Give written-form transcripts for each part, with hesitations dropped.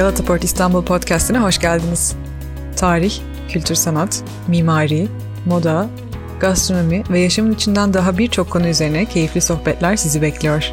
Galata Port İstanbul Podcast'ine hoş geldiniz. Tarih, kültür sanat, mimari, moda, gastronomi ve yaşamın içinden daha birçok konu üzerine keyifli sohbetler sizi bekliyor.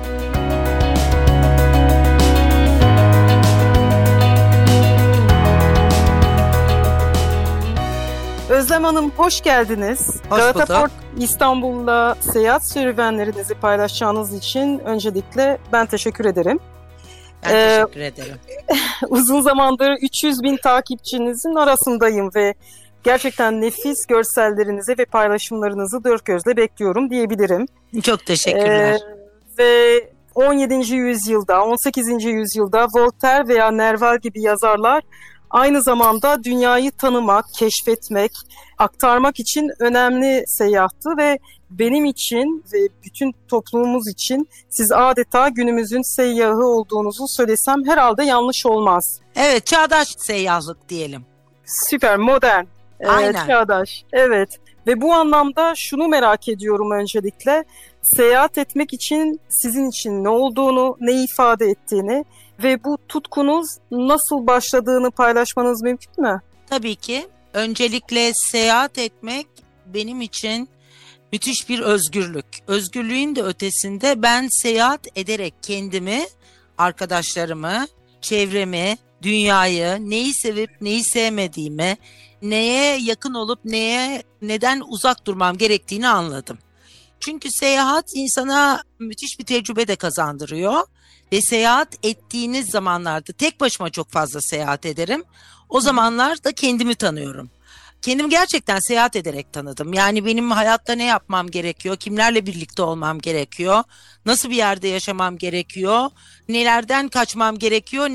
Özlem Hanım hoş geldiniz. Galata Port İstanbul'la seyahat serüvenlerinizi paylaşacağınız için öncelikle ben teşekkür ederim. Ben teşekkür ederim. Uzun zamandır 300 bin takipçinizin arasındayım ve gerçekten nefis görsellerinizi ve paylaşımlarınızı dört gözle bekliyorum diyebilirim. Çok teşekkürler. Ve 17. yüzyılda, 18. yüzyılda Voltaire veya Nerval gibi yazarlar aynı zamanda dünyayı tanımak, keşfetmek, aktarmak için önemli seyahattı ve benim için ve bütün toplumumuz için siz adeta günümüzün seyyahı olduğunuzu söylesem herhalde yanlış olmaz. Evet, çağdaş seyyahlık diyelim. Süper, modern, çağdaş. Evet ve bu anlamda şunu merak ediyorum öncelikle. Seyahat etmek için sizin için ne olduğunu, ne ifade ettiğini ve bu tutkunuz nasıl başladığını paylaşmanız mümkün mü? Tabii ki. Öncelikle seyahat etmek benim için müthiş bir özgürlük. Özgürlüğün de ötesinde ben seyahat ederek kendimi, arkadaşlarımı, çevremi, dünyayı, neyi sevip neyi sevmediğimi, neye yakın olup neden uzak durmam gerektiğini anladım. Çünkü seyahat insana müthiş bir tecrübe de kazandırıyor ve seyahat ettiğiniz zamanlarda tek başıma çok fazla seyahat ederim. O zamanlar da kendimi tanıyorum. Kendimi gerçekten seyahat ederek tanıdım. Yani benim hayatta ne yapmam gerekiyor, kimlerle birlikte olmam gerekiyor, nasıl bir yerde yaşamam gerekiyor, nelerden kaçmam gerekiyor,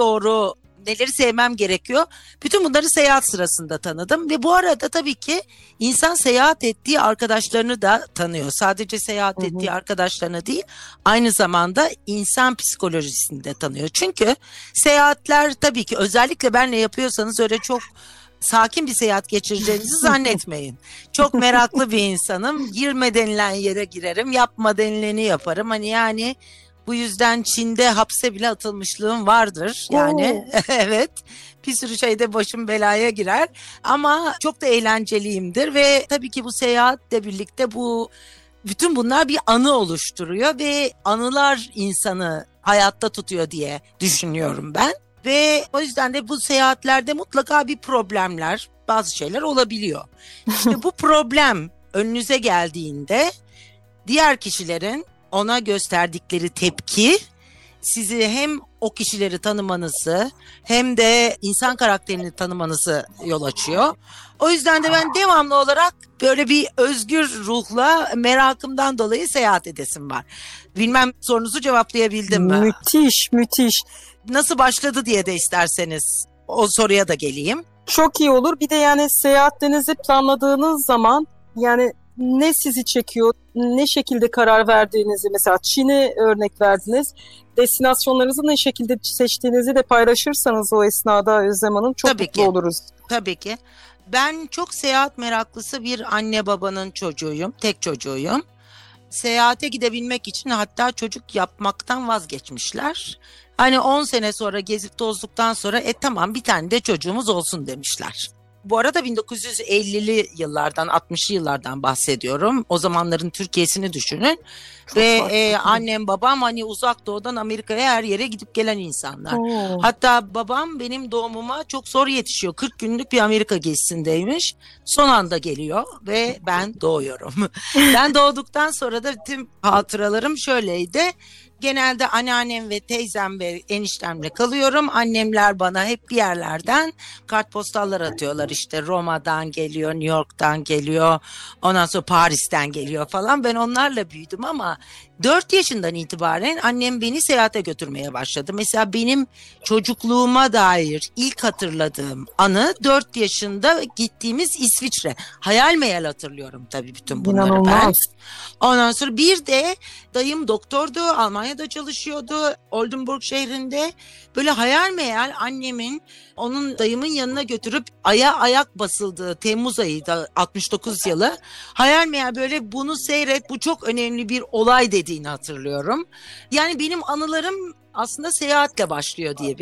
neleri sevmem gerekiyor. Bütün bunları seyahat sırasında tanıdım ve bu arada tabii ki insan seyahat ettiği arkadaşlarını da tanıyor. Sadece seyahat ettiği arkadaşlarını değil, aynı zamanda insan psikolojisini de tanıyor. Çünkü seyahatler tabii ki özellikle benle yapıyorsanız öyle çok sakin bir seyahat geçireceğinizi zannetmeyin. Çok meraklı bir insanım. Girme denilen yere girerim, yapma denileni yaparım. Yani bu yüzden Çin'de hapse bile atılmışlığım vardır. Yani evet, bir sürü şeyde başım belaya girer ama çok da eğlenceliyimdir ve tabii ki bu seyahatle birlikte bütün bunlar bir anı oluşturuyor ve anılar insanı hayatta tutuyor diye düşünüyorum ben. Ve o yüzden de bu seyahatlerde mutlaka bir problemler, bazı şeyler olabiliyor. İşte bu problem önünüze geldiğinde diğer kişilerin ona gösterdikleri tepki sizi hem o kişileri tanımanızı hem de insan karakterini tanımanızı yol açıyor. O yüzden de ben devamlı olarak böyle bir özgür ruhla merakımdan dolayı seyahat edesim var. Bilmem sorunuzu cevaplayabildim mi? Müthiş. Nasıl başladı diye de isterseniz o soruya da geleyim. Çok iyi olur. Bir de yani seyahatlerinizi planladığınız zaman yani ne sizi çekiyor, ne şekilde karar verdiğinizi, mesela Çin'e örnek verdiniz. Destinasyonlarınızı ne şekilde seçtiğinizi de paylaşırsanız o esnada Özlem Hanım çok mutlu oluruz. Tabii ki. Ben çok seyahat meraklısı bir anne babanın çocuğuyum, tek çocuğuyum. Seyahate gidebilmek için hatta çocuk yapmaktan vazgeçmişler. Hani 10 sene sonra gezip tozduktan sonra tamam bir tane de çocuğumuz olsun demişler. Bu arada 1950'li yıllardan, 60'lı yıllardan bahsediyorum. O zamanların Türkiye'sini düşünün. Çok ve annem babam hani uzak doğudan Amerika'ya her yere gidip gelen insanlar. Hatta babam benim doğumuma çok zor yetişiyor. 40 günlük bir Amerika gezisindeymiş. Son anda geliyor ve ben doğuyorum. Ben doğduktan sonra da tüm hatıralarım şöyleydi. Genelde anneannem ve teyzem ve eniştemle kalıyorum. Annemler bana hep bir yerlerden kartpostallar atıyorlar. İşte Roma'dan geliyor, New York'tan geliyor, ondan sonra Paris'ten geliyor falan. Ben onlarla büyüdüm ama 4 yaşından itibaren annem beni seyahate götürmeye başladı. Mesela benim çocukluğuma dair ilk hatırladığım anı 4 yaşında gittiğimiz İsviçre. Hayal meyal hatırlıyorum tabii bütün bunları. İnanılmaz. Ben. Ondan sonra bir de dayım doktordu, Almanya'da çalışıyordu, Oldenburg şehrinde. Böyle hayal meyal annemin onun dayımın yanına götürüp ayak basıldığı Temmuz ayıydı 69 yılı. Hayal meyal böyle bunu seyret, bu çok önemli bir olay dediğini hatırlıyorum. Yani benim anılarım aslında seyahatle başlıyor diyebilirim.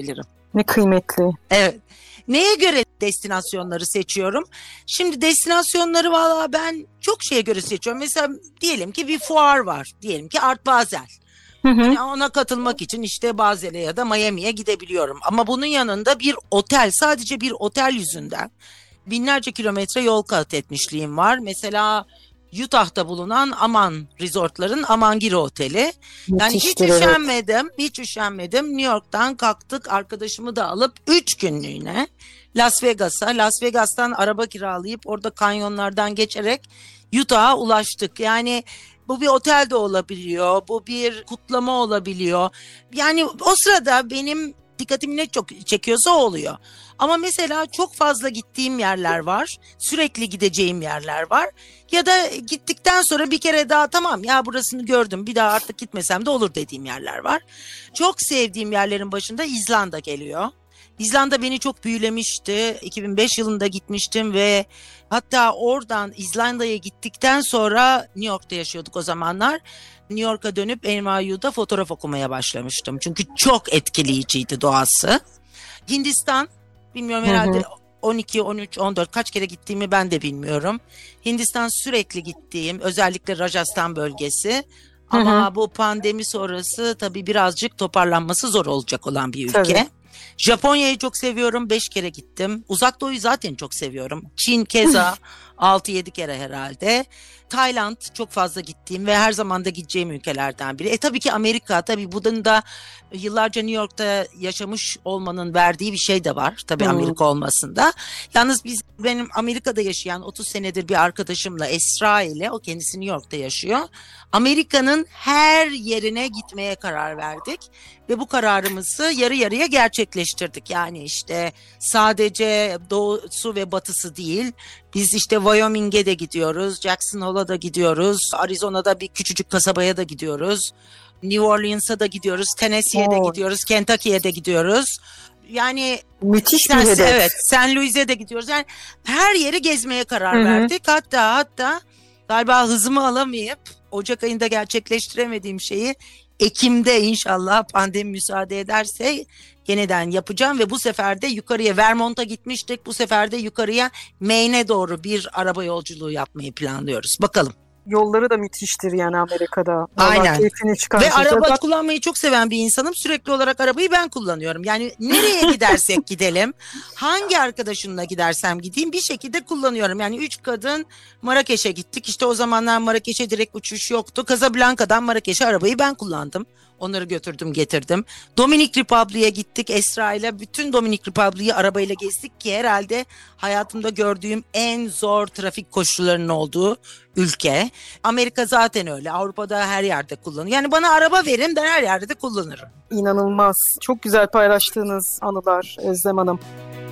Ne kıymetli. Evet. Neye göre destinasyonları seçiyorum? Şimdi destinasyonları valla ben çok şeye göre seçiyorum. Mesela diyelim ki bir fuar var. Diyelim ki Art Basel. Hani ona katılmak için işte Basel'e ya da Miami'ye gidebiliyorum. Ama bunun yanında bir otel, sadece bir otel yüzünden binlerce kilometre yol kat etmişliğim var. Mesela Utah'ta bulunan Aman Resort'ların Amangiri Oteli. Yani hiç üşenmedim, hiç üşenmedim. New York'tan kalktık, arkadaşımı da alıp 3 günlüğüne Las Vegas'a, Las Vegas'tan araba kiralayıp orada kanyonlardan geçerek Utah'a ulaştık. Yani bu bir otel de olabiliyor, bu bir kutlama olabiliyor. Yani o sırada benim dikkatimi ne çok çekiyorsa o oluyor. Ama mesela çok fazla gittiğim yerler var, sürekli gideceğim yerler var. Ya da gittikten sonra bir kere daha tamam ya burasını gördüm, bir daha artık gitmesem de olur dediğim yerler var. Çok sevdiğim yerlerin başında İzlanda geliyor. İzlanda beni çok büyülemişti. 2005 yılında gitmiştim ve hatta oradan İzlanda'ya gittikten sonra New York'ta yaşıyorduk o zamanlar. New York'a dönüp NYU'da fotoğraf okumaya başlamıştım. Çünkü çok etkileyiciydi doğası. Hindistan, bilmiyorum herhalde 12, 13, 14 kaç kere gittiğimi ben de bilmiyorum. Hindistan sürekli gittiğim, özellikle Rajasthan bölgesi. Ama bu pandemi sonrası tabii birazcık toparlanması zor olacak olan bir ülke. Tabii. Japonya'yı çok seviyorum. 5 kere gittim. Uzak Doğu'yu zaten çok seviyorum. Çin keza 6-7 kere herhalde. Tayland çok fazla gittiğim ve her zaman da gideceğim ülkelerden biri. Tabii ki Amerika. Tabii bunun da yıllarca New York'ta yaşamış olmanın verdiği bir şey de var. Tabii Amerika olmasında. Yalnız benim Amerika'da yaşayan 30 senedir bir arkadaşımla, Esra ile, o kendisi New York'ta yaşıyor. Amerika'nın her yerine gitmeye karar verdik. Ve bu kararımızı yarı yarıya gerçekleştirdik. Yani işte sadece doğusu ve batısı değil. Biz işte Wyoming'e de gidiyoruz, Jackson Hole'a da gidiyoruz, Arizona'da bir küçücük kasabaya da gidiyoruz. New Orleans'a da gidiyoruz, Tennessee'ye de gidiyoruz, Kentucky'ye de gidiyoruz. Yani müthiş bir hedef. Evet, St. Louis'e de gidiyoruz. Yani her yeri gezmeye karar verdik. Hatta galiba hızımı alamayıp Ocak ayında gerçekleştiremediğim şeyi Ekim'de inşallah pandemi müsaade ederse yeniden yapacağım ve bu sefer de yukarıya Vermont'a gitmiştik. Bu sefer de yukarıya Maine'e doğru bir araba yolculuğu yapmayı planlıyoruz. Bakalım. Yolları da müthiştir yani Amerika'da. Aynen. Keyfini ve araba kullanmayı çok seven bir insanım. Sürekli olarak arabayı ben kullanıyorum. Yani nereye gidersek gidelim, hangi arkadaşımla gidersem gideyim bir şekilde kullanıyorum. Yani 3 kadın Marrakeş'e gittik. İşte o zamanlar Marrakeş'e direkt uçuş yoktu. Casablanca'dan Marrakeş'e arabayı ben kullandım. Onları götürdüm getirdim. Dominican Republic'e gittik Esra ile. Bütün Dominican Republic'i arabayla gezdik ki herhalde hayatımda gördüğüm en zor trafik koşullarının olduğu ülke. Amerika zaten öyle. Avrupa'da her yerde kullanıyor. Yani bana araba verin, ben her yerde de kullanırım. İnanılmaz. Çok güzel paylaştığınız anılar Özlem Hanım.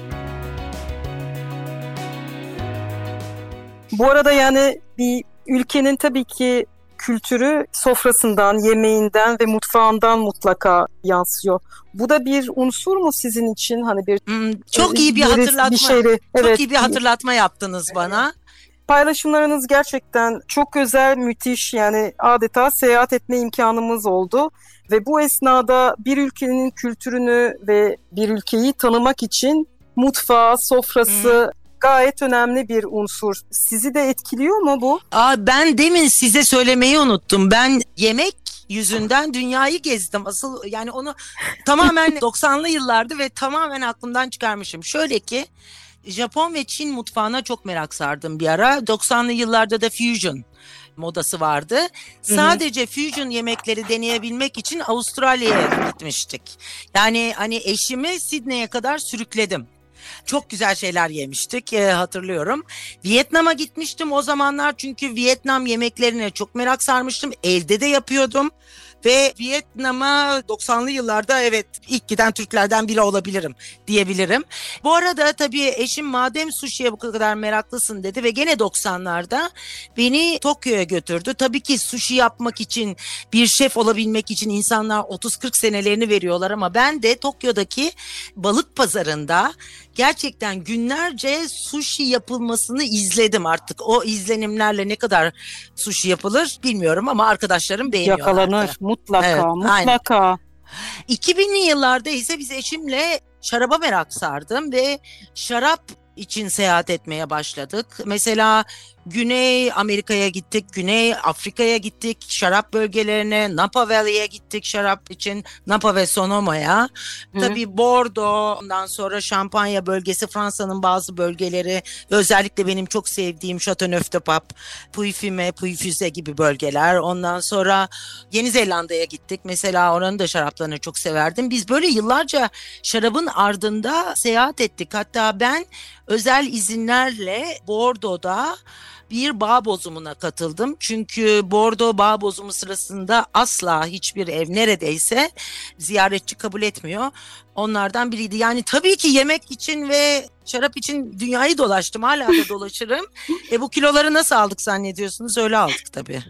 Bu arada yani bir ülkenin tabii ki kültürü sofrasından, yemeğinden ve mutfağından mutlaka yansıyor. Bu da bir unsur mu sizin için? Hani bir çok iyi bir hatırlatma. Çok iyi bir hatırlatma yaptınız bana. Paylaşımlarınız gerçekten çok özel, müthiş. Yani adeta seyahat etme imkanımız oldu. Ve bu esnada bir ülkenin kültürünü ve bir ülkeyi tanımak için mutfağı, sofrası gayet önemli bir unsur. Sizi de etkiliyor mu bu? Ben demin size söylemeyi unuttum. Ben yemek yüzünden dünyayı gezdim. Asıl yani onu tamamen 90'lı yıllardı ve tamamen aklımdan çıkarmışım. Şöyle ki Japon ve Çin mutfağına çok merak sardım bir ara. 90'lı yıllarda da fusion modası vardı. Sadece fusion yemekleri deneyebilmek için Avustralya'ya gitmiştik. Yani hani eşimi Sydney'e kadar sürükledim. Çok güzel şeyler yemiştik hatırlıyorum. Vietnam'a gitmiştim o zamanlar çünkü Vietnam yemeklerine çok merak sarmıştım. Evde de yapıyordum. Ve Vietnam'a 90'lı yıllarda evet ilk giden Türklerden biri olabilirim diyebilirim. Bu arada tabii eşim madem sushi'ye bu kadar meraklısın dedi ve gene 90'larda beni Tokyo'ya götürdü. Tabii ki sushi yapmak için bir şef olabilmek için insanlar 30-40 senelerini veriyorlar ama ben de Tokyo'daki balık pazarında gerçekten günlerce sushi yapılmasını izledim artık. O izlenimlerle ne kadar sushi yapılır bilmiyorum ama arkadaşlarım beğeniyorlar. Yakalanır mutlaka, evet, mutlaka. Aynen. 2000'li yıllarda ise biz eşimle şaraba merak sardım ve şarap için seyahat etmeye başladık. Mesela Güney Amerika'ya gittik, Güney Afrika'ya gittik, şarap bölgelerine, Napa Valley'e gittik şarap için, Napa ve Sonoma'ya. Tabii Bordeaux, ondan sonra Şampanya bölgesi, Fransa'nın bazı bölgeleri, özellikle benim çok sevdiğim Châteauneuf-du-Pape, Puy-Fumé, Puy-Fusé gibi bölgeler. Ondan sonra Yeni Zelanda'ya gittik. Mesela oranın da şaraplarını çok severdim. Biz böyle yıllarca şarabın ardında seyahat ettik. Hatta ben özel izinlerle Bordeaux'da bir bağ bozumuna katıldım. Çünkü Bordeaux bağ bozumu sırasında asla hiçbir ev neredeyse ziyaretçi kabul etmiyor. Onlardan biriydi. Yani tabii ki yemek için ve şarap için dünyayı dolaştım. Hala da dolaşırım. Bu kiloları nasıl aldık zannediyorsunuz? Öyle aldık tabii.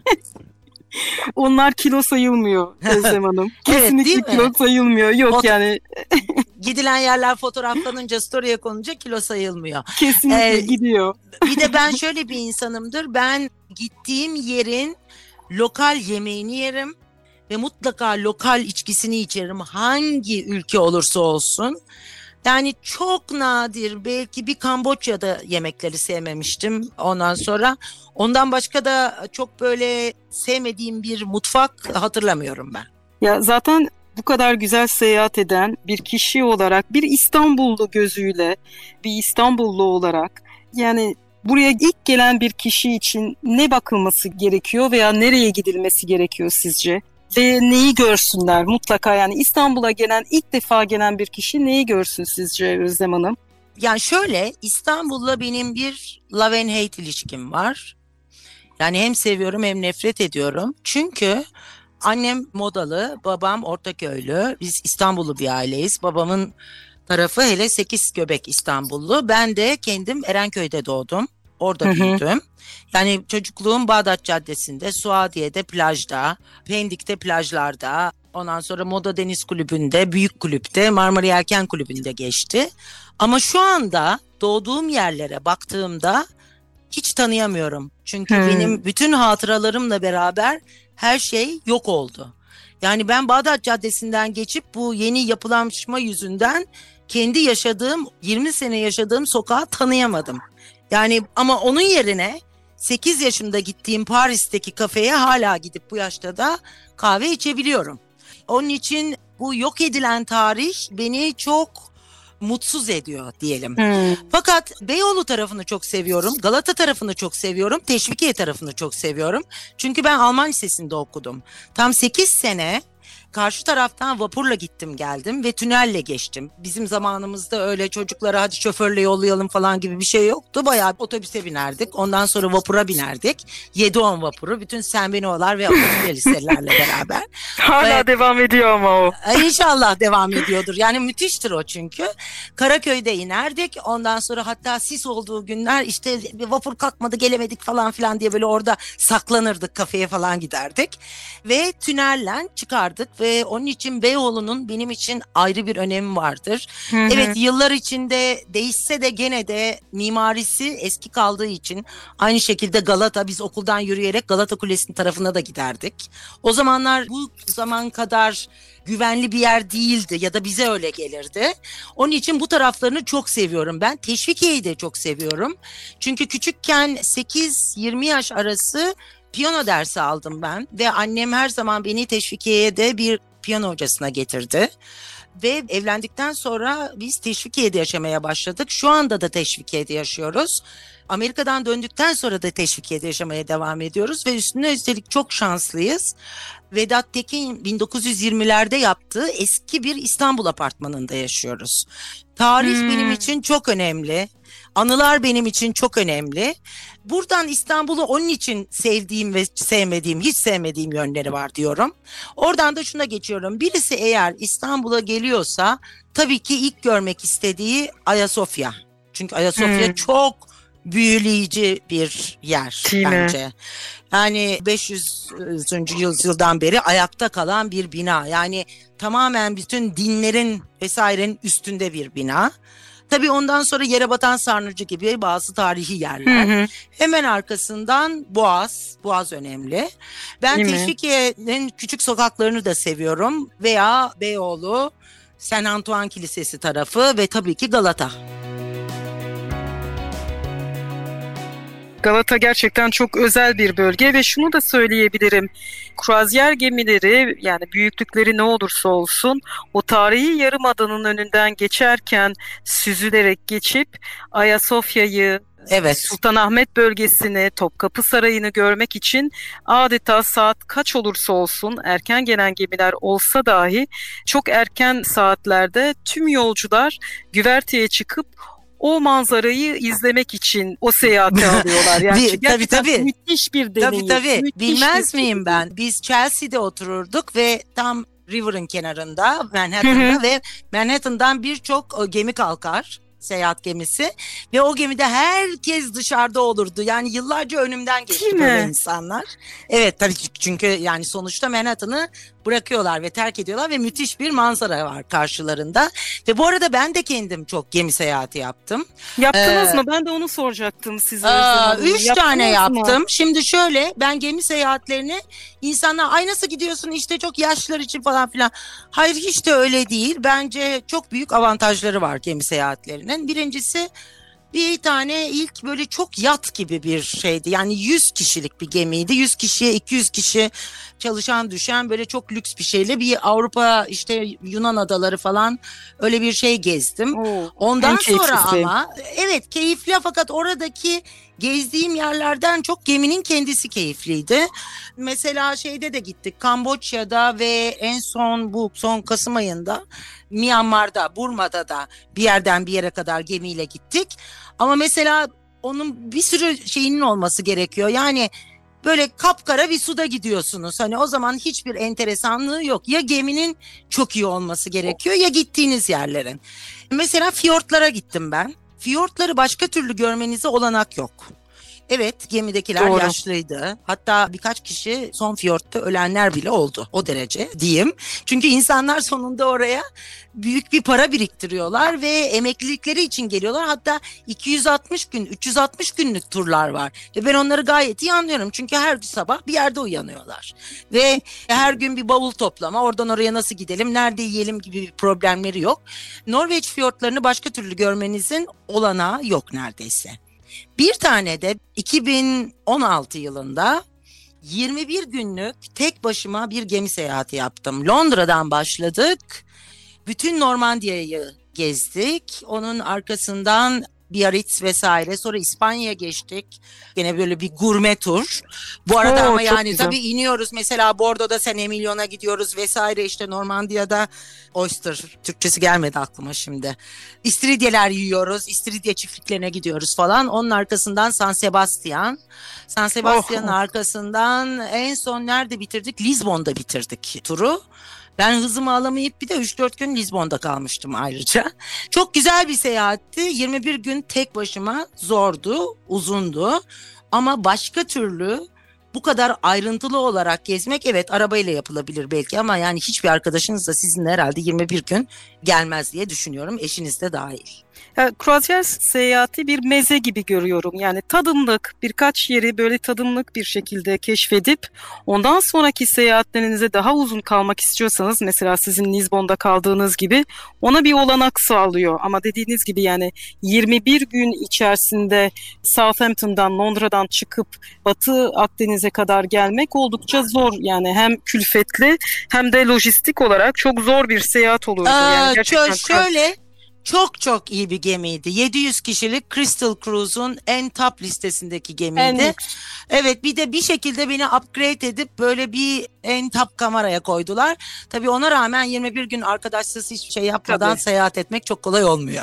Onlar kilo sayılmıyor Özlem Hanım. Kesinlikle Evet, kilo sayılmıyor. Yok yani. Gidilen yerler fotoğraflanınca, story'e konunca kilo sayılmıyor. Kesinlikle gidiyor. Bir de ben şöyle bir insanımdır. Ben gittiğim yerin lokal yemeğini yerim ve mutlaka lokal içkisini içerim. Hangi ülke olursa olsun. Yani çok nadir, belki bir Kamboçya'da yemekleri sevmemiştim ondan sonra. Ondan başka da çok böyle sevmediğim bir mutfak hatırlamıyorum ben. Ya zaten bu kadar güzel seyahat eden bir kişi olarak, bir İstanbullu gözüyle, bir İstanbullu olarak, yani buraya ilk gelen bir kişi için ne bakılması gerekiyor veya nereye gidilmesi gerekiyor sizce? Ve neyi görsünler mutlaka, yani İstanbul'a gelen, ilk defa gelen bir kişi neyi görsün sizce Özlem Hanım? Yani şöyle, İstanbul'la benim bir love and hate ilişkim var. Yani hem seviyorum hem nefret ediyorum. Çünkü annem modalı, babam Ortaköylü. Biz İstanbullu bir aileyiz. Babamın tarafı hele 8 göbek İstanbullu. Ben de kendim Erenköy'de doğdum. Orada büyüdüm. Yani çocukluğum Bağdat Caddesi'nde, Suadiye'de plajda, Pendik'te plajlarda, ondan sonra Moda Deniz Kulübü'nde, Büyük Kulüp'te, Marmara Yelken Kulübü'nde geçti. Ama şu anda doğduğum yerlere baktığımda hiç tanıyamıyorum. Çünkü benim bütün hatıralarımla beraber her şey yok oldu. Yani ben Bağdat Caddesi'nden geçip bu yeni yapılanma yüzünden kendi yaşadığım, 20 sene yaşadığım sokağı tanıyamadım. Yani ama onun yerine 8 yaşımda gittiğim Paris'teki kafeye hala gidip bu yaşta da kahve içebiliyorum. Onun için bu yok edilen tarih beni çok mutsuz ediyor diyelim. Fakat Beyoğlu tarafını çok seviyorum. Galata tarafını çok seviyorum. Teşvikiye tarafını çok seviyorum. Çünkü ben Alman Lisesi'nde okudum. Tam 8 sene karşı taraftan vapurla gittim geldim ve tünelle geçtim. Bizim zamanımızda öyle çocuklara hadi şoförle yollayalım falan gibi bir şey yoktu. Bayağı otobüse binerdik. Ondan sonra vapura binerdik. 7-10 vapuru. Bütün Senbenoğlar ve Atatürk liselilerle beraber. Hala devam ediyor ama o. İnşallah devam ediyordur. Yani müthiştir o çünkü. Karaköy'de inerdik. Ondan sonra hatta sis olduğu günler işte vapur kalkmadı gelemedik falan filan diye böyle orada saklanırdık. Kafeye falan giderdik. Ve tünelle çıkardık. Ve onun için Beyoğlu'nun benim için ayrı bir önemi vardır. Evet, yıllar içinde değişse de gene de mimarisi eski kaldığı için aynı şekilde Galata, biz okuldan yürüyerek Galata Kulesi'nin tarafına da giderdik. O zamanlar bu zaman kadar güvenli bir yer değildi ya da bize öyle gelirdi. Onun için bu taraflarını çok seviyorum ben. Teşvikiye'yi de çok seviyorum. Çünkü küçükken 8-20 yaş arası piyano dersi aldım ben ve annem her zaman beni Teşvikiye'ye de bir piyano hocasına getirdi. Ve evlendikten sonra biz Teşvikiye'de yaşamaya başladık. Şu anda da Teşvikiye'de yaşıyoruz. Amerika'dan döndükten sonra da Teşvikiye'de yaşamaya devam ediyoruz ve üstüne üstelik çok şanslıyız. Vedat Tekin 1920'lerde yaptığı eski bir İstanbul apartmanında yaşıyoruz. Tarih benim için çok önemli. Anılar benim için çok önemli. Buradan İstanbul'u onun için sevdiğim ve sevmediğim, hiç sevmediğim yönleri var diyorum. Oradan da şuna geçiyorum. Birisi eğer İstanbul'a geliyorsa tabii ki ilk görmek istediği Ayasofya. Çünkü Ayasofya çok büyüleyici bir yer bence. Yani 500. yüzyıldan beri ayakta kalan bir bina. Yani tamamen bütün dinlerin vesairenin üstünde bir bina. Tabii ondan sonra Yerebatan Sarnıcı gibi bazı tarihi yerler. Hemen arkasından Boğaz. Boğaz önemli. Ben Teşvikiye'nin küçük sokaklarını da seviyorum. Veya Beyoğlu Saint Antoine Kilisesi tarafı ve tabii ki Galata. Galata gerçekten çok özel bir bölge ve şunu da söyleyebilirim. Kruzyer gemileri, yani büyüklükleri ne olursa olsun, o tarihi yarımadanın önünden geçerken süzülerek geçip Ayasofya'yı, Evet. Sultanahmet bölgesini, Topkapı Sarayı'nı görmek için adeta saat kaç olursa olsun, erken gelen gemiler olsa dahi çok erken saatlerde tüm yolcular güverteye çıkıp o manzarayı izlemek için o seyahati alıyorlar. Yani tabii. müthiş bir deneyim. Tabii. Müthiş Bilmez bir miyim ben? Biz Chelsea'de otururduk ve tam River'ın kenarında, Manhattan'da ve Manhattan'dan birçok gemi kalkar. Seyahat gemisi ve o gemide herkes dışarıda olurdu. Yani yıllarca önümden geçti böyle insanlar. Evet tabii, çünkü yani sonuçta Manhattan'ı bırakıyorlar ve terk ediyorlar ve müthiş bir manzara var karşılarında. Ve bu arada ben de kendim çok gemi seyahati yaptım. Yaptınız mı? Ben de onu soracaktım size. 3 tane yaptım. Şimdi şöyle, ben gemi seyahatlerini insanlar ay nasıl gidiyorsun işte çok yaşlılar için falan filan. Hayır, hiç de öyle değil. Bence çok büyük avantajları var gemi seyahatlerinin. Birincisi, bir tane ilk böyle çok yat gibi bir şeydi. Yani 100 kişilik bir gemiydi. 100 kişiye 200 kişi çalışan düşen böyle çok lüks bir şeyle bir Avrupa, işte Yunan adaları falan, öyle bir şey gezdim. Ondan sonra ama evet keyifli, fakat oradaki gezdiğim yerlerden çok geminin kendisi keyifliydi. Mesela şeyde de gittik, Kamboçya'da ve en son bu son Kasım ayında Myanmar'da, Burma'da da bir yerden bir yere kadar gemiyle gittik. Ama mesela onun bir sürü şeyinin olması gerekiyor. Yani böyle kapkara bir suda gidiyorsunuz. Hani o zaman hiçbir enteresanlığı yok. Ya geminin çok iyi olması gerekiyor ya gittiğiniz yerlerin. Mesela fiyortlara gittim ben. Fiyortları başka türlü görmenize olanak yok. Evet, gemidekiler Doğru. yaşlıydı. Hatta birkaç kişi son fiyortta ölenler bile oldu. O derece diyeyim. Çünkü insanlar sonunda oraya büyük bir para biriktiriyorlar ve emeklilikleri için geliyorlar. Hatta 260 gün, 360 günlük turlar var. Ve ben onları gayet iyi anlıyorum. Çünkü her sabah bir yerde uyanıyorlar. Ve her gün bir bavul toplama, oradan oraya nasıl gidelim, nerede yiyelim gibi bir problemleri yok. Norveç fiyortlarını başka türlü görmenizin olanağı yok neredeyse. Bir tane de 2016 yılında 21 günlük tek başıma bir gemi seyahati yaptım. Londra'dan başladık. Bütün Normandiya'yı gezdik. Onun arkasından Biarritz vesaire. Sonra İspanya'ya geçtik. Gene böyle bir gurme tur. Bu arada ama yani güzel. tabii iniyoruz. Mesela Bordeaux'da San Emilion'a gidiyoruz vesaire. İşte Normandiya'da oyster, Türkçesi gelmedi aklıma şimdi. İstiridyeler yiyoruz. İstiridye çiftliklerine gidiyoruz falan. Onun arkasından San Sebastian. San Sebastian'ın arkasından en son nerede bitirdik? Lizbon'da bitirdik turu. Ben hızımı alamayıp bir de 3-4 gün Lizbon'da kalmıştım ayrıca. Çok güzel bir seyahatti. 21 gün tek başıma, zordu, uzundu. Ama başka türlü bu kadar ayrıntılı olarak gezmek, evet arabayla yapılabilir belki ama yani hiçbir arkadaşınız da sizinle herhalde 21 gün gelmez diye düşünüyorum. Eşiniz de dahil. Kruzyer seyahati bir meze gibi görüyorum. Yani tadımlık, birkaç yeri böyle tadımlık bir şekilde keşfedip ondan sonraki seyahatlerinize daha uzun kalmak istiyorsanız, mesela sizin Lizbon'da kaldığınız gibi, ona bir olanak sağlıyor. Ama dediğiniz gibi yani 21 gün içerisinde Southampton'dan, Londra'dan çıkıp Batı Akdeniz'e kadar gelmek oldukça zor. Yani hem külfetli hem de lojistik olarak çok zor bir seyahat olurdu. Yani gerçekten şöyle çok iyi bir gemiydi. 700 kişilik Crystal Cruise'un en top listesindeki gemiydi. Evet, bir de bir şekilde beni upgrade edip böyle bir en top kameraya koydular. Tabii ona rağmen 21 gün arkadaşsız hiçbir şey yapmadan seyahat etmek çok kolay olmuyor.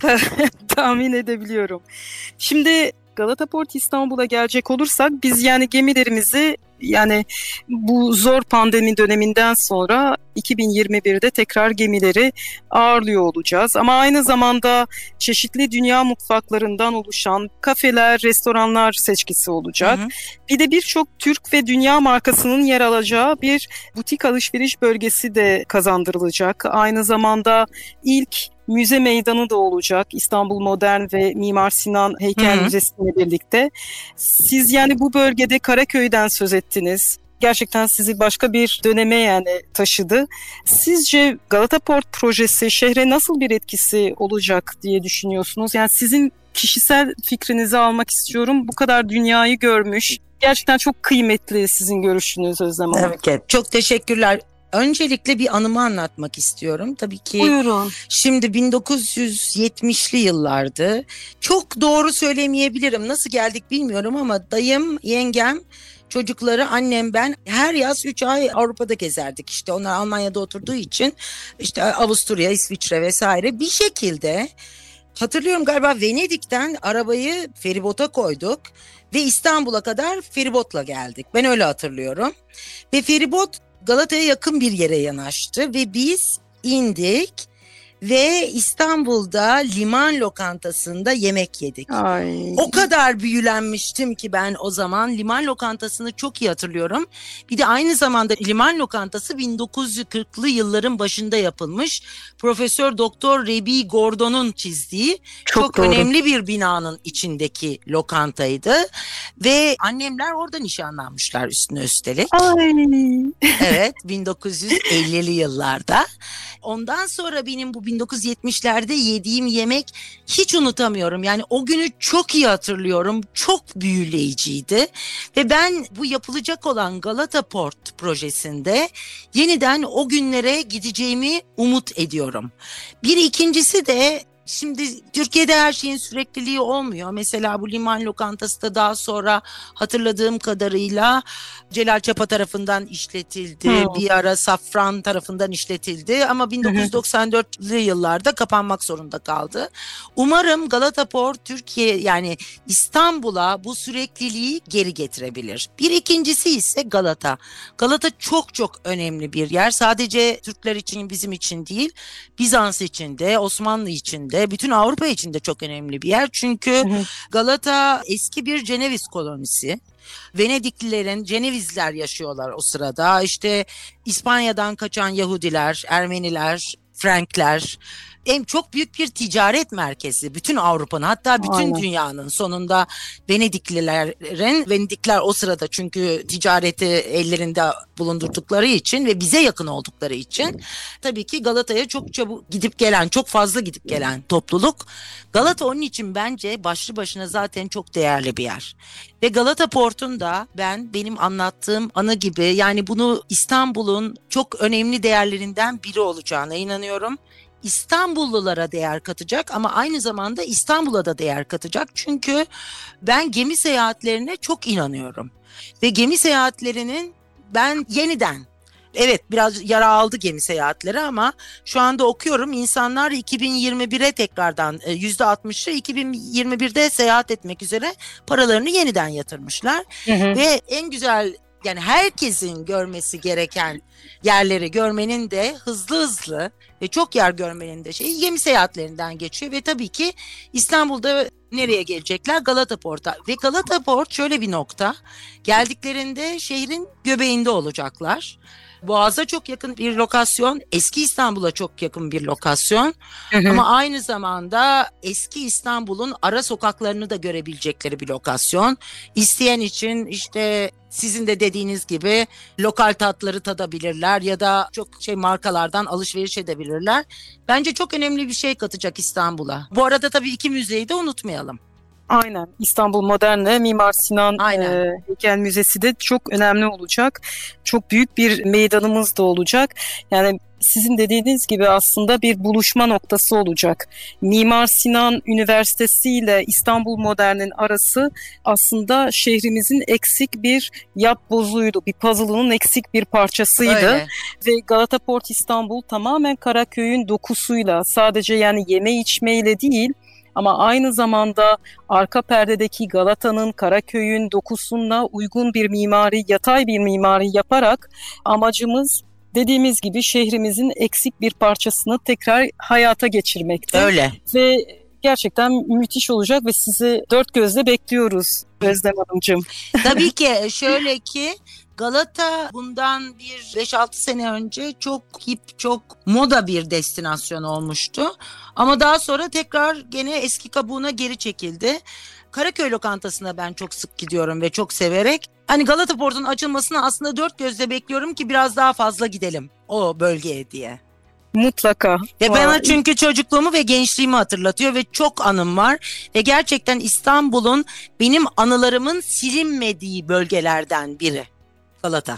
Tahmin edebiliyorum. Şimdi Galata Port İstanbul'a gelecek olursak, biz yani gemilerimizi yani bu zor pandemi döneminden sonra 2021'de tekrar gemileri ağırlıyor olacağız. Ama aynı zamanda çeşitli dünya mutfaklarından oluşan kafeler, restoranlar seçkisi olacak. Hı hı. Bir de birçok Türk ve dünya markasının yer alacağı bir butik alışveriş bölgesi de kazandırılacak. Aynı zamanda ilk müze meydanı da olacak. İstanbul Modern ve Mimar Sinan Heykel Müzesi ile birlikte. Siz yani bu bölgede Karaköy'den söz ettiniz. gerçekten sizi başka bir döneme yani taşıdı. Sizce Galata Port projesi şehre nasıl bir etkisi olacak diye düşünüyorsunuz? Yani sizin kişisel fikrinizi almak istiyorum. Bu kadar dünyayı görmüş. Gerçekten çok kıymetli sizin görüşünüz Özlem Hanım. Evet, çok teşekkürler. Öncelikle bir anımı anlatmak istiyorum. Tabii ki Buyurun. şimdi 1970'li yıllardı. Çok doğru söylemeyebilirim. Nasıl geldik bilmiyorum ama dayım, yengem, çocukları, annem, ben her yaz 3 ay Avrupa'da gezerdik. İşte onlar Almanya'da oturduğu için işte Avusturya, İsviçre vesaire bir şekilde hatırlıyorum, galiba Venedik'ten arabayı feribota koyduk ve İstanbul'a kadar feribotla geldik. Ben öyle hatırlıyorum. Ve feribot Galata'ya yakın bir yere yanaştı ve biz indik ve İstanbul'da liman lokantasında yemek yedik. Ay. O kadar büyülenmiştim ki ben o zaman. Liman lokantasını çok iyi hatırlıyorum. Bir de aynı zamanda liman lokantası 1940'lı yılların başında yapılmış. Profesör Doktor Rebi Gordon'un çizdiği çok önemli bir binanın içindeki lokantaydı. Ve annemler orada nişanlanmışlar üstüne üstelik. Ay. Evet, 1950'li yıllarda. Ondan sonra benim bu 1970'lerde yediğim yemek hiç unutamıyorum. Yani o günü çok iyi hatırlıyorum. Çok büyüleyiciydi. Ve ben bu yapılacak olan Galata Port projesinde yeniden o günlere gideceğimi umut ediyorum. Bir ikincisi de, şimdi Türkiye'de her şeyin sürekliliği olmuyor. Mesela bu liman lokantası da daha sonra hatırladığım kadarıyla Celal Çapa tarafından işletildi. Bir ara Safran tarafından işletildi ama 1994'lü yıllarda kapanmak zorunda kaldı. Umarım Galata Port Türkiye, yani İstanbul'a bu sürekliliği geri getirebilir. Bir ikincisi ise Galata. Galata çok çok önemli bir yer. Sadece Türkler için, bizim için değil, Bizans için de, Osmanlı için de, bütün Avrupa için de çok önemli bir yer. Çünkü Galata eski bir Ceneviz kolonisi. Venediklilerin, Cenevizler yaşıyorlar o sırada. İşte İspanya'dan kaçan Yahudiler, Ermeniler, Frankler. Çok büyük bir ticaret merkezi bütün Avrupa'nın, hatta bütün dünyanın. Sonunda Venedikler o sırada, çünkü ticareti ellerinde bulundurdukları için ve bize yakın oldukları için tabii ki Galata'ya çok çabuk gidip gelen, çok fazla gidip gelen topluluk. Galata onun için bence başlı başına zaten çok değerli bir yer. Ve Galata Port'un da benim anlattığım anı gibi, yani bunu İstanbul'un çok önemli değerlerinden biri olacağına inanıyorum. İstanbullulara değer katacak ama aynı zamanda İstanbul'a da değer katacak. Çünkü ben gemi seyahatlerine çok inanıyorum. Ve gemi seyahatlerinin yeniden, evet biraz yara aldı gemi seyahatleri ama şu anda okuyorum, insanlar 2021'e tekrardan %60'ı 2021'de seyahat etmek üzere paralarını yeniden yatırmışlar. Ve en güzel, yani herkesin görmesi gereken yerleri görmenin de hızlı ve çok yer görmenin de gemi seyahatlerinden geçiyor. Ve tabii ki İstanbul'da nereye gelecekler? Galata Port'a. Ve Galata Port şöyle bir nokta. Geldiklerinde şehrin göbeğinde olacaklar. Boğaz'a çok yakın bir lokasyon, eski İstanbul'a çok yakın bir lokasyon. Ama aynı zamanda eski İstanbul'un ara sokaklarını da görebilecekleri bir lokasyon. İsteyen için işte sizin de dediğiniz gibi lokal tatları tadabilirler ya da çok markalardan alışveriş edebilirler. Bence çok önemli bir şey katacak İstanbul'a. Bu arada tabii 2 müzeyi de unutmayalım. Aynen. İstanbul Modern'le Mimar Sinan Heykel Müzesi de çok önemli olacak. Çok büyük bir meydanımız da olacak. Yani sizin dediğiniz gibi aslında bir buluşma noktası olacak. Mimar Sinan Üniversitesi ile İstanbul Modern'in arası aslında şehrimizin eksik bir yapbozuydu. Bir puzzle'ının eksik bir parçasıydı. Öyle. Ve Galata Port İstanbul tamamen Karaköy'ün dokusuyla, sadece yani yeme içmeyle değil, ama aynı zamanda arka perdedeki Galata'nın, Karaköy'ün dokusuna uygun bir mimari, yatay bir mimari yaparak amacımız, dediğimiz gibi, şehrimizin eksik bir parçasını tekrar hayata geçirmekte. Öyle. Ve gerçekten müthiş olacak ve sizi dört gözle bekliyoruz Özlem Hanımcığım. Tabii ki şöyle ki, Galata bundan bir 5-6 sene önce çok hip, çok moda bir destinasyon olmuştu. Ama daha sonra tekrar gene eski kabuğuna geri çekildi. Karaköy Lokantası'na ben çok sık gidiyorum ve çok severek. Hani Galata Port'un açılmasını aslında dört gözle bekliyorum ki biraz daha fazla gidelim o bölgeye diye. Mutlaka. Ve bana çünkü çocukluğumu ve gençliğimi hatırlatıyor ve çok anım var. Ve gerçekten İstanbul'un benim anılarımın silinmediği bölgelerden biri Galata.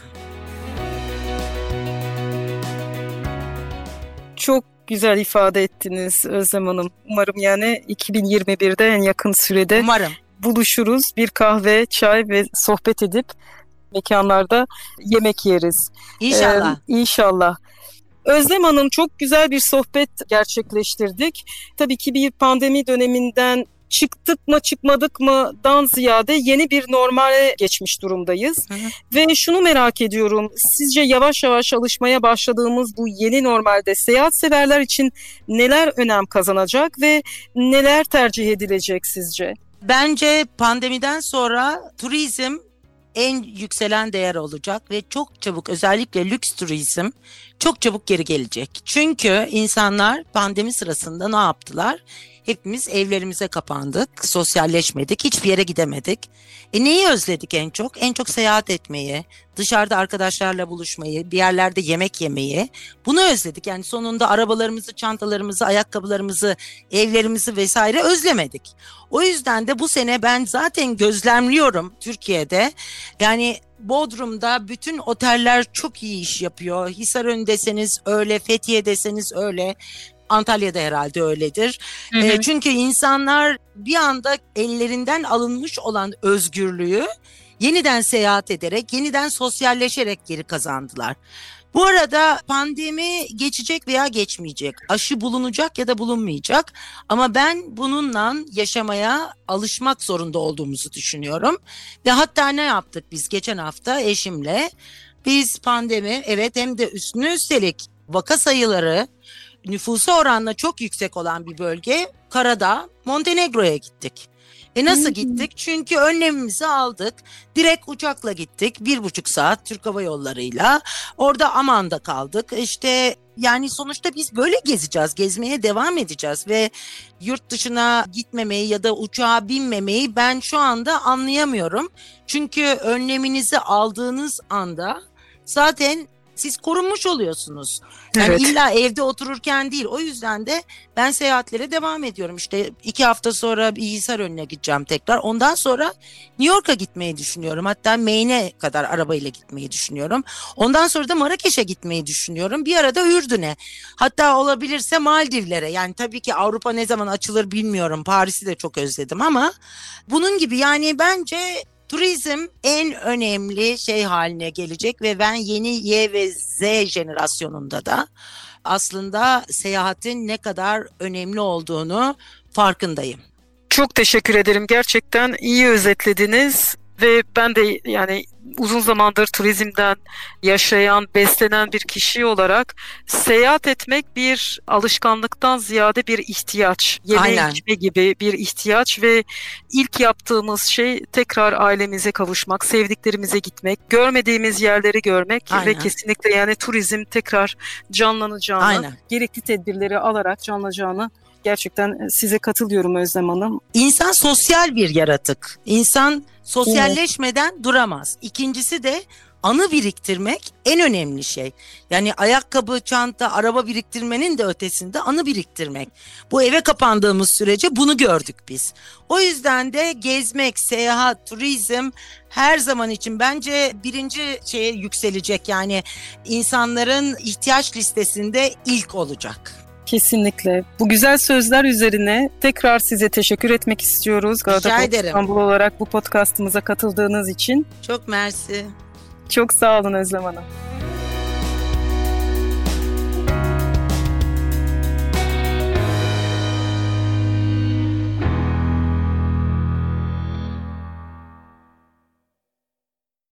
Çok güzel ifade ettiniz Özlem Hanım. Umarım yani 2021'de en yakın sürede buluşuruz. Bir kahve, çay ve sohbet edip mekanlarda yemek yeriz. İnşallah. İnşallah. Özlem Hanım, çok güzel bir sohbet gerçekleştirdik. Tabii ki bir pandemi döneminden çıktık mı çıkmadık mıdan ziyade yeni bir normale geçmiş durumdayız. Ve şunu merak ediyorum, sizce yavaş yavaş alışmaya başladığımız bu yeni normalde seyahatseverler için neler önem kazanacak ve neler tercih edilecek sizce? Bence pandemiden sonra turizm en yükselen değer olacak ve çok çabuk, özellikle lüks turizm çok çabuk geri gelecek. Çünkü insanlar pandemi sırasında ne yaptılar? Hepimiz evlerimize kapandık, sosyalleşmedik, hiçbir yere gidemedik. Neyi özledik en çok? En çok seyahat etmeyi, dışarıda arkadaşlarla buluşmayı, bir yerlerde yemek yemeyi. Bunu özledik. Yani sonunda arabalarımızı, çantalarımızı, ayakkabılarımızı, evlerimizi vesaire özlemedik. O yüzden de bu sene ben zaten gözlemliyorum Türkiye'de. Yani Bodrum'da bütün oteller çok iyi iş yapıyor. Hisarön deseniz öyle, Fethiye deseniz öyle. Antalya'da herhalde öyledir. Çünkü insanlar bir anda ellerinden alınmış olan özgürlüğü yeniden seyahat ederek, yeniden sosyalleşerek geri kazandılar. Bu arada pandemi geçecek veya geçmeyecek. Aşı bulunacak ya da bulunmayacak. Ama ben bununla yaşamaya alışmak zorunda olduğumuzu düşünüyorum. Ve hatta ne yaptık biz geçen hafta eşimle? Biz pandemi, evet, hem de üstelik vaka sayıları nüfusu oranla çok yüksek olan bir bölge, Karadağ, Montenegro'ya gittik. Nasıl gittik? Çünkü önlemimizi aldık. Direkt uçakla gittik. 1,5 saat Türk Hava Yolları'yla. Orada Amman'da kaldık. İşte yani sonuçta biz böyle gezeceğiz. Gezmeye devam edeceğiz ve yurt dışına gitmemeyi ya da uçağa binmemeyi ben şu anda anlayamıyorum. Çünkü önleminizi aldığınız anda zaten siz korunmuş oluyorsunuz. Yani evet. İlla evde otururken değil. O yüzden de ben seyahatlere devam ediyorum. İşte 2 hafta sonra bir Hisarönü'ne gideceğim tekrar. Ondan sonra New York'a gitmeyi düşünüyorum. Hatta Maine'e kadar arabayla gitmeyi düşünüyorum. Ondan sonra da Marrakeş'e gitmeyi düşünüyorum. Bir arada Ürdün'e. Hatta olabilirse Maldivlere. Yani tabii ki Avrupa ne zaman açılır bilmiyorum. Paris'i de çok özledim ama bunun gibi yani bence turizm en önemli şey haline gelecek ve ben yeni Y ve Z jenerasyonunda da aslında seyahatin ne kadar önemli olduğunu farkındayım. Çok teşekkür ederim. Gerçekten iyi özetlediniz ve ben de yani uzun zamandır turizmden yaşayan, beslenen bir kişi olarak seyahat etmek bir alışkanlıktan ziyade bir ihtiyaç. Yeme içme gibi bir ihtiyaç ve ilk yaptığımız şey tekrar ailemize kavuşmak, sevdiklerimize gitmek, görmediğimiz yerleri görmek ve kesinlikle yani turizm tekrar canlanacağını, gerekli tedbirleri alarak canlanacağını gerçekten size katılıyorum Özlem Hanım. İnsan sosyal bir yaratık. İnsan sosyalleşmeden duramaz. İkincisi de anı biriktirmek en önemli şey. Yani ayakkabı, çanta, araba biriktirmenin de ötesinde anı biriktirmek. Bu eve kapandığımız sürece bunu gördük biz. O yüzden de gezmek, seyahat, turizm her zaman için bence birinci şeye yükselecek. Yani insanların ihtiyaç listesinde ilk olacak. Kesinlikle. Bu güzel sözler üzerine tekrar size teşekkür etmek istiyoruz. Rica ederim. İstanbul olarak bu podcastımıza katıldığınız için. Çok mersi. Çok sağ olun Özlem Hanım.